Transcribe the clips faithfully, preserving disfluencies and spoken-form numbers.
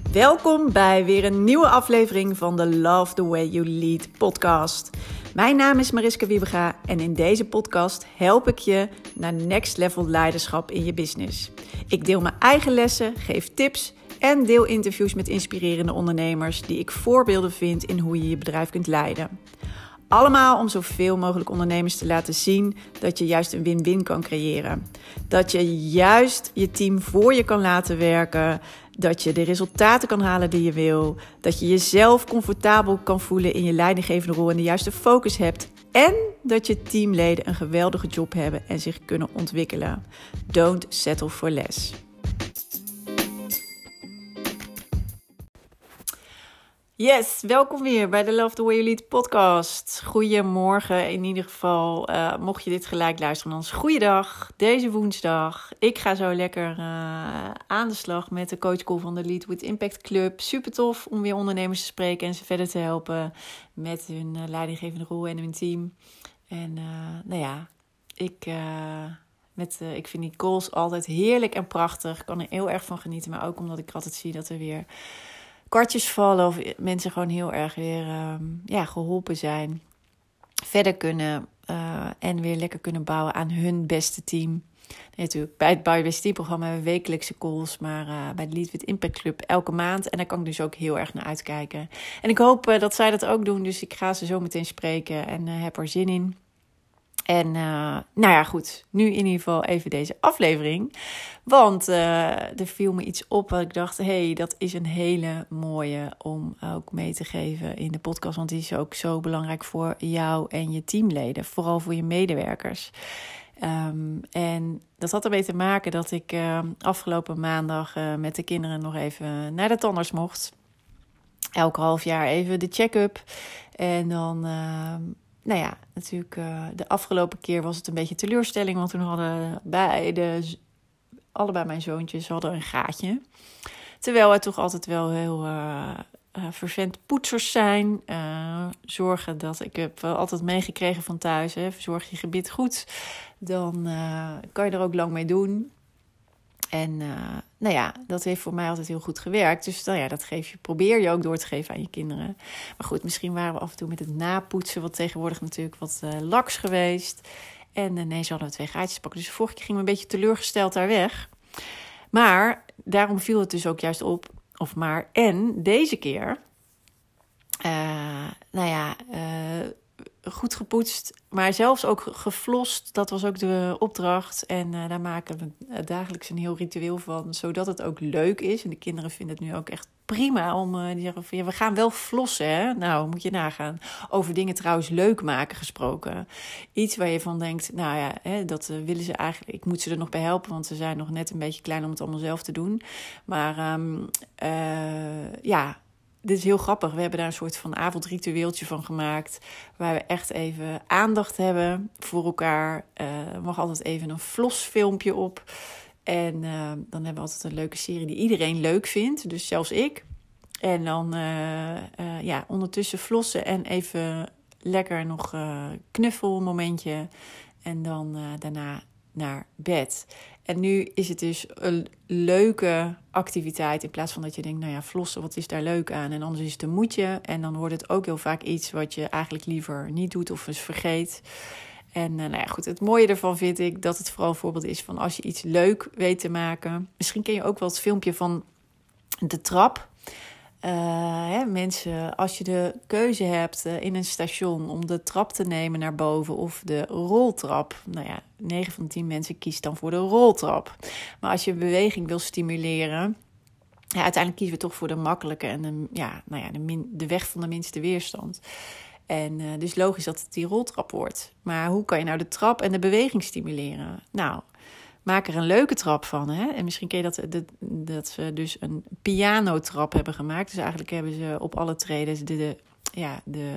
Welkom bij weer een nieuwe aflevering van de Love the Way You Lead podcast. Mijn naam is Mariska Wiebega en in deze podcast help ik je naar next level leiderschap in je business. Ik deel mijn eigen lessen, geef tips en deel interviews met inspirerende ondernemers die ik voorbeelden vind in hoe je je bedrijf kunt leiden. Allemaal om zoveel mogelijk ondernemers te laten zien dat je juist een win-win kan creëren. Dat je juist je team voor je kan laten werken. Dat je de resultaten kan halen die je wil. Dat je jezelf comfortabel kan voelen in je leidinggevende rol en de juiste focus hebt. En dat je teamleden een geweldige job hebben en zich kunnen ontwikkelen. Don't settle for less. Yes, welkom weer bij de Love the Way You Lead podcast. Goedemorgen in ieder geval, uh, mocht je dit gelijk luisteren, dan is goeiedag, deze woensdag. Ik ga zo lekker uh, aan de slag met de coachcall van de Lead with Impact Club. Super tof om weer ondernemers te spreken en ze verder te helpen met hun uh, leidinggevende rol en hun team. En uh, nou ja, ik... Uh, Met, uh, ik vind die calls altijd heerlijk en prachtig. Ik kan er heel erg van genieten, maar ook omdat ik altijd zie dat er weer kwartjes vallen of mensen gewoon heel erg weer um, ja, geholpen zijn. Verder kunnen uh, en weer lekker kunnen bouwen aan hun beste team. Nee, natuurlijk, bij het Bouw Je Beste Team programma hebben we wekelijkse calls, maar uh, bij de Lead with Impact Club elke maand. En daar kan ik dus ook heel erg naar uitkijken. En ik hoop uh, dat zij dat ook doen, dus ik ga ze zo meteen spreken en uh, heb er zin in. En uh, nou ja, goed, nu in ieder geval even deze aflevering. Want uh, er viel me iets op wat ik dacht, hé, hey, dat is een hele mooie om ook mee te geven in de podcast. Want die is ook zo belangrijk voor jou en je teamleden, vooral voor je medewerkers. Um, en dat had ermee te maken dat ik uh, afgelopen maandag uh, met de kinderen nog even naar de tandarts mocht. Elk half jaar even de check-up. En dan... Uh, Nou ja, natuurlijk uh, de afgelopen keer was het een beetje teleurstelling. Want toen hadden beide, allebei mijn zoontjes hadden een gaatje. Terwijl wij toch altijd wel heel uh, uh, vervent poetsers zijn. Uh, zorgen dat, ik heb uh, altijd meegekregen van thuis. Hè, verzorg je gebit goed. Dan uh, kan je er ook lang mee doen. En uh, nou ja, dat heeft voor mij altijd heel goed gewerkt. Dus nou ja, dat geef je, probeer je ook door te geven aan je kinderen. Maar goed, misschien waren we af en toe met het napoetsen, wat tegenwoordig natuurlijk wat uh, laks geweest. En uh, nee, ze hadden twee gaatjes pakken. Dus de vorige keer gingen we een beetje teleurgesteld daar weg. Maar daarom viel het dus ook juist op. Of maar, en deze keer, uh, nou ja... Uh, goed gepoetst, maar zelfs ook geflost. Dat was ook de opdracht. En uh, daar maken we dagelijks een heel ritueel van, zodat het ook leuk is. En de kinderen vinden het nu ook echt prima om... Uh, die zeggen van, ja, we gaan wel flossen, hè? Nou, moet je nagaan. Over dingen trouwens leuk maken gesproken. Iets waar je van denkt, nou ja, hè, dat uh, willen ze eigenlijk... Ik moet ze er nog bij helpen, want ze zijn nog net een beetje klein om het allemaal zelf te doen. Maar um, uh, ja... Dit is heel grappig. We hebben daar een soort van avondritueeltje van gemaakt. Waar we echt even aandacht hebben voor elkaar. Uh, er mag altijd even een flosfilmpje op. En uh, dan hebben we altijd een leuke serie die iedereen leuk vindt. Dus zelfs ik. En dan uh, uh, ja, ondertussen flossen en even lekker nog uh, knuffelmomentje. En dan uh, daarna naar bed. En nu is het dus een leuke activiteit. In plaats van dat je denkt, nou ja, flossen, wat is daar leuk aan? En anders is het een moedje. En dan wordt het ook heel vaak iets wat je eigenlijk liever niet doet of eens vergeet. En uh, nou ja, goed, het mooie ervan vind ik dat het vooral een voorbeeld is van als je iets leuk weet te maken. Misschien ken je ook wel het filmpje van de trap. Uh, hè, mensen, als je de keuze hebt uh, in een station om de trap te nemen naar boven of de roltrap. Nou ja, negen van de tien mensen kiest dan voor de roltrap. Maar als je beweging wil stimuleren, ja, uiteindelijk kiezen we toch voor de makkelijke en de, ja, nou ja, de, min, de weg van de minste weerstand. En uh, dus logisch dat het die roltrap wordt. Maar hoe kan je nou de trap en de beweging stimuleren? Nou... Maak er een leuke trap van. Hè? En misschien ken je dat, dat, dat ze dus een pianotrap hebben gemaakt. Dus eigenlijk hebben ze op alle treden de, de, ja, de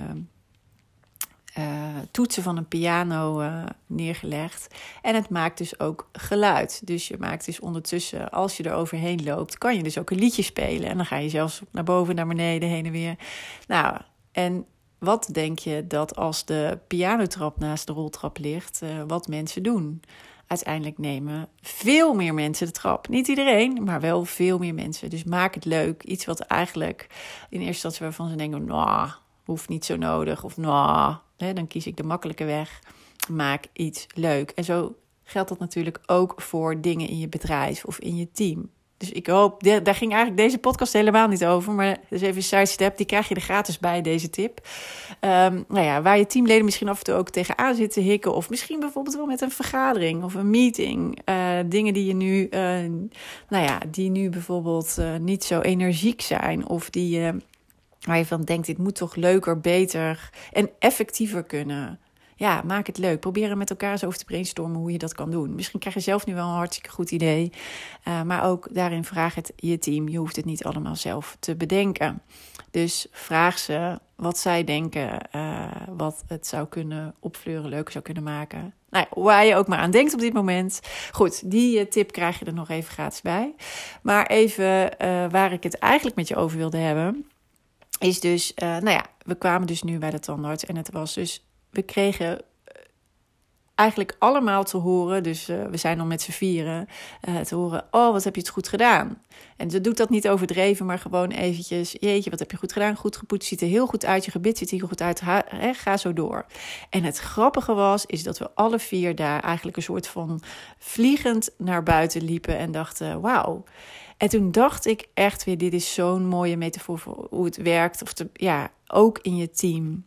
uh, toetsen van een piano uh, neergelegd. En het maakt dus ook geluid. Dus je maakt dus ondertussen, als je er overheen loopt, kan je dus ook een liedje spelen. En dan ga je zelfs naar boven, naar beneden, heen en weer. Nou, en wat denk je dat als de pianotrap naast de roltrap ligt, uh, wat mensen doen? uiteindelijk nemen veel meer mensen de trap. Niet iedereen, maar wel veel meer mensen. Dus maak het leuk. Iets wat eigenlijk in eerste instantie waarvan ze denken, nou, hoeft niet zo nodig. Of nou, hè, dan kies ik de makkelijke weg. Maak iets leuk. En zo geldt dat natuurlijk ook voor dingen in je bedrijf of in je team. Dus ik hoop, daar ging eigenlijk deze podcast helemaal niet over. Maar dus even een sidestep, die krijg je er gratis bij, deze tip. Um, nou ja, waar je teamleden misschien af en toe ook tegenaan zitten hikken. Of misschien bijvoorbeeld wel met een vergadering of een meeting. Uh, dingen die je nu, uh, nou ja, die nu bijvoorbeeld uh, niet zo energiek zijn. Of die uh, waar je van denkt, dit moet toch leuker, beter en effectiever kunnen. Ja, maak het leuk. Probeer er met elkaar eens over te brainstormen hoe je dat kan doen. Misschien krijg je zelf nu wel een hartstikke goed idee. Uh, maar ook daarin vraag het je team. Je hoeft het niet allemaal zelf te bedenken. Dus vraag ze wat zij denken, uh, wat het zou kunnen opfleuren, leuk zou kunnen maken. Nou ja, waar je ook maar aan denkt op dit moment. Goed, die uh, tip krijg je er nog even gratis bij. Maar even uh, waar ik het eigenlijk met je over wilde hebben, is dus, uh, nou ja, we kwamen dus nu bij de tandarts en het was dus, we kregen eigenlijk allemaal te horen, dus uh, we zijn al met z'n vieren, uh, te horen, oh, wat heb je het goed gedaan. En ze doet dat niet overdreven, maar gewoon eventjes, jeetje, wat heb je goed gedaan, goed gepoetst, ziet er heel goed uit, je gebit ziet er heel goed uit, ha, hè, ga zo door. En het grappige was, is dat we alle vier daar eigenlijk een soort van vliegend naar buiten liepen en dachten, wauw. En toen dacht ik echt weer, dit is zo'n mooie metafoor voor hoe het werkt, of te, ja, ook in je team.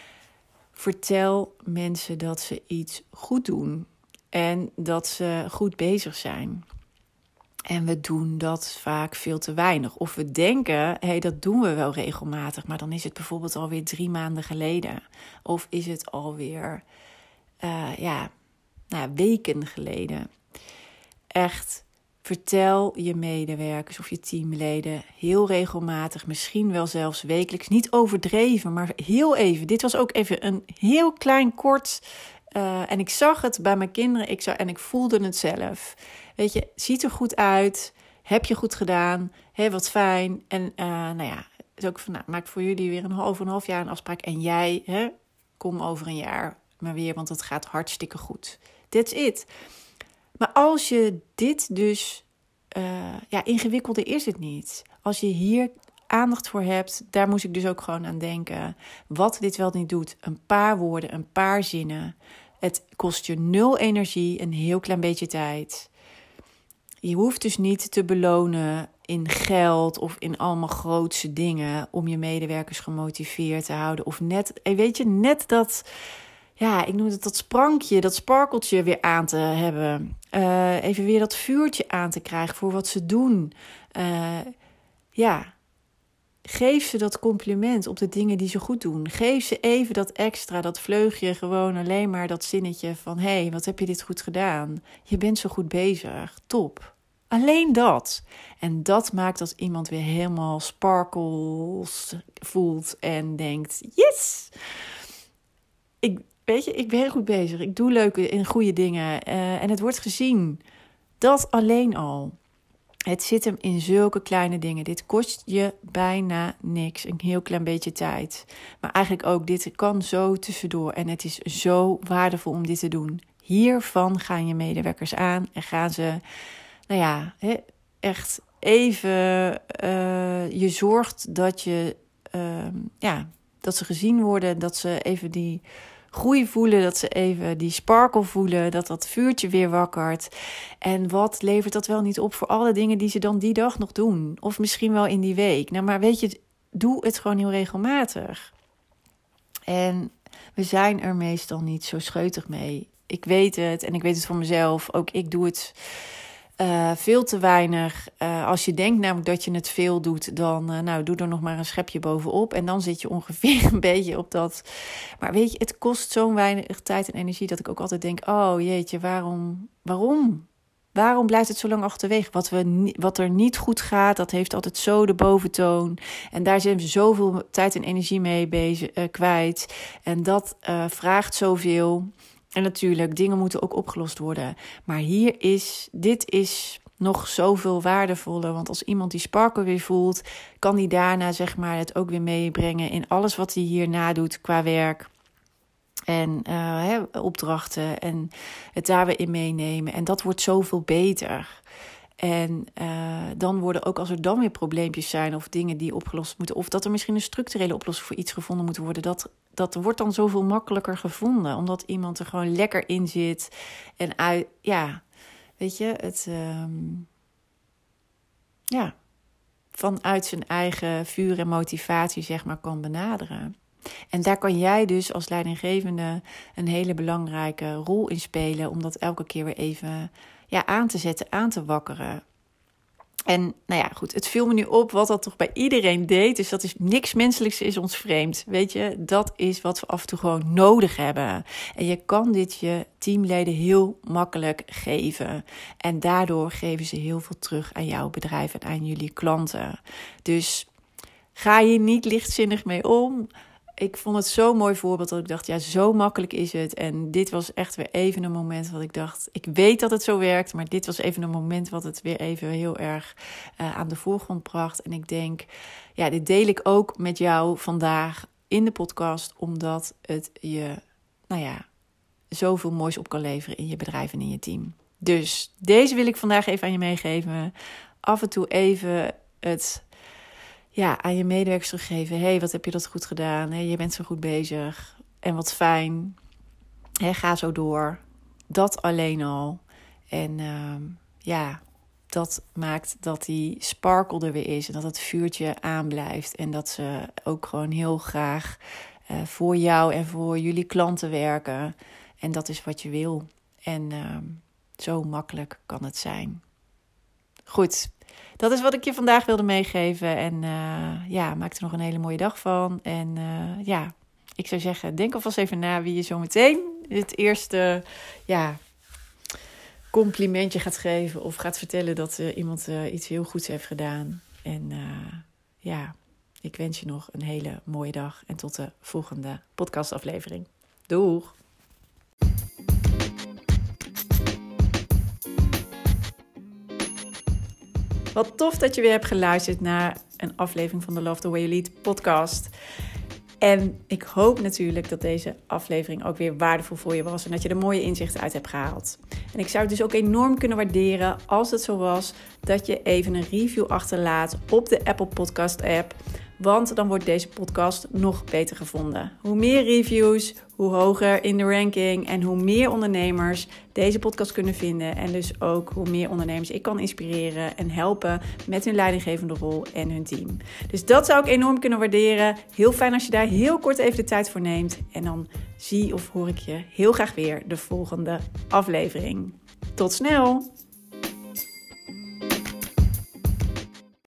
Vertel mensen dat ze iets goed doen en dat ze goed bezig zijn. En we doen dat vaak veel te weinig. Of we denken, hé, hey, dat doen we wel regelmatig, maar dan is het bijvoorbeeld alweer drie maanden geleden. Of is het alweer uh, ja, nou, weken geleden. Echt, vertel je medewerkers of je teamleden heel regelmatig, misschien wel zelfs wekelijks, niet overdreven, maar heel even. Dit was ook even een heel klein kort, uh, en ik zag het bij mijn kinderen ik zag, en ik voelde het zelf. Weet je, ziet er goed uit, heb je goed gedaan, hé, wat fijn. En uh, nou ja, is ook van, nou, maak voor jullie weer een, over een half jaar een afspraak. En jij, hè, kom over een jaar maar weer, want het gaat hartstikke goed. That's it. Maar als je dit dus, uh, ja, ingewikkelder is het niet. Als je hier aandacht voor hebt, daar moest ik dus ook gewoon aan denken. Wat dit wel niet doet, een paar woorden, een paar zinnen. Het kost je nul energie, een heel klein beetje tijd. Je hoeft dus niet te belonen in geld of in allemaal grootse dingen om je medewerkers gemotiveerd te houden. Of net, weet je, net dat, ja, ik noem het dat sprankje, dat sparkeltje weer aan te hebben. Uh, even weer dat vuurtje aan te krijgen voor wat ze doen. Uh, ja, geef ze dat compliment op de dingen die ze goed doen. Geef ze even dat extra, dat vleugje, gewoon alleen maar dat zinnetje van, hé, hey, wat heb je dit goed gedaan? Je bent zo goed bezig, top. Alleen dat. En dat maakt dat iemand weer helemaal sparkles voelt en denkt, yes! Ik, weet je, ik ben heel goed bezig. Ik doe leuke en goede dingen. Uh, en het wordt gezien. Dat alleen al. Het zit hem in zulke kleine dingen. Dit kost je bijna niks. Een heel klein beetje tijd. Maar eigenlijk ook, dit kan zo tussendoor. En het is zo waardevol om dit te doen. Hiervan gaan je medewerkers aan. En gaan ze, nou ja, echt even... Uh, je zorgt dat je... Uh, ja, dat ze gezien worden. Dat ze even die groei voelen, dat ze even die sparkle voelen, dat dat vuurtje weer wakkert. En wat levert dat wel niet op voor alle dingen die ze dan die dag nog doen? Of misschien wel in die week. Nou, maar weet je, doe het gewoon heel regelmatig. En we zijn er meestal niet zo scheutig mee. Ik weet het en ik weet het van mezelf. Ook ik doe het uh, veel te weinig. Uh, als je denkt namelijk dat je het veel doet, dan uh, nou, doe er nog maar een schepje bovenop. En dan zit je ongeveer een beetje op dat. Maar weet je, het kost zo'n weinig tijd en energie dat ik ook altijd denk, oh jeetje, waarom? Waarom? Waarom blijft het zo lang achterwege? Wat, we, wat er niet goed gaat, dat heeft altijd zo de boventoon. En daar zijn we zoveel tijd en energie mee bezig, uh, kwijt. En dat uh, vraagt zoveel. En natuurlijk, dingen moeten ook opgelost worden. Maar hier is, dit is nog zoveel waardevoller. Want als iemand die sparkle weer voelt, kan die daarna zeg maar het ook weer meebrengen in alles wat hij hierna doet qua werk. En uh, hè, opdrachten en het daar weer in meenemen. En dat wordt zoveel beter. En uh, dan worden ook als er dan weer probleempjes zijn of dingen die opgelost moeten, of dat er misschien een structurele oplossing voor iets gevonden moet worden, dat, dat wordt dan zoveel makkelijker gevonden. Omdat iemand er gewoon lekker in zit en uit, ja, weet je, het, um, ja, vanuit zijn eigen vuur en motivatie, zeg maar, kan benaderen. En daar kan jij dus als leidinggevende een hele belangrijke rol in spelen, om dat elke keer weer even ja, aan te zetten, aan te wakkeren. En nou ja, goed, het viel me nu op wat dat toch bij iedereen deed. Dus dat is niks menselijks is ons vreemd. Weet je, dat is wat we af en toe gewoon nodig hebben. En je kan dit je teamleden heel makkelijk geven. En daardoor geven ze heel veel terug aan jouw bedrijf en aan jullie klanten. Dus ga hier niet lichtzinnig mee om. Ik vond het zo'n mooi voorbeeld dat ik dacht, ja, zo makkelijk is het. En dit was echt weer even een moment wat ik dacht, ik weet dat het zo werkt, maar dit was even een moment wat het weer even heel erg uh, aan de voorgrond bracht. En ik denk, ja, dit deel ik ook met jou vandaag in de podcast, omdat het je, nou ja, zoveel moois op kan leveren in je bedrijf en in je team. Dus deze wil ik vandaag even aan je meegeven. Af en toe even het... Ja, aan je medewerkers teruggeven. Hey, wat heb je dat goed gedaan? Hey, je bent zo goed bezig. En wat fijn. Hey, ga zo door. Dat alleen al. En uh, ja, dat maakt dat die sparkle er weer is. En dat het vuurtje aanblijft. En dat ze ook gewoon heel graag uh, voor jou en voor jullie klanten werken. En dat is wat je wil. En uh, zo makkelijk kan het zijn. Goed. Dat is wat ik je vandaag wilde meegeven. En uh, ja, maak er nog een hele mooie dag van. En uh, ja, ik zou zeggen, denk alvast even na wie je zo meteen het eerste ja, complimentje gaat geven. Of gaat vertellen dat uh, iemand uh, iets heel goeds heeft gedaan. En uh, ja, ik wens je nog een hele mooie dag. En tot de volgende podcastaflevering. Doeg! Wat tof dat je weer hebt geluisterd naar een aflevering van de Love the Way You Lead podcast. En ik hoop natuurlijk dat deze aflevering ook weer waardevol voor je was en dat je er mooie inzichten uit hebt gehaald. En ik zou het dus ook enorm kunnen waarderen als het zo was dat je even een review achterlaat op de Apple Podcast app. Want dan wordt deze podcast nog beter gevonden. Hoe meer reviews, hoe hoger in de ranking en hoe meer ondernemers deze podcast kunnen vinden. En dus ook hoe meer ondernemers ik kan inspireren en helpen met hun leidinggevende rol en hun team. Dus dat zou ik enorm kunnen waarderen. Heel fijn als je daar heel kort even de tijd voor neemt. En dan zie of hoor ik je heel graag weer de volgende aflevering. Tot snel!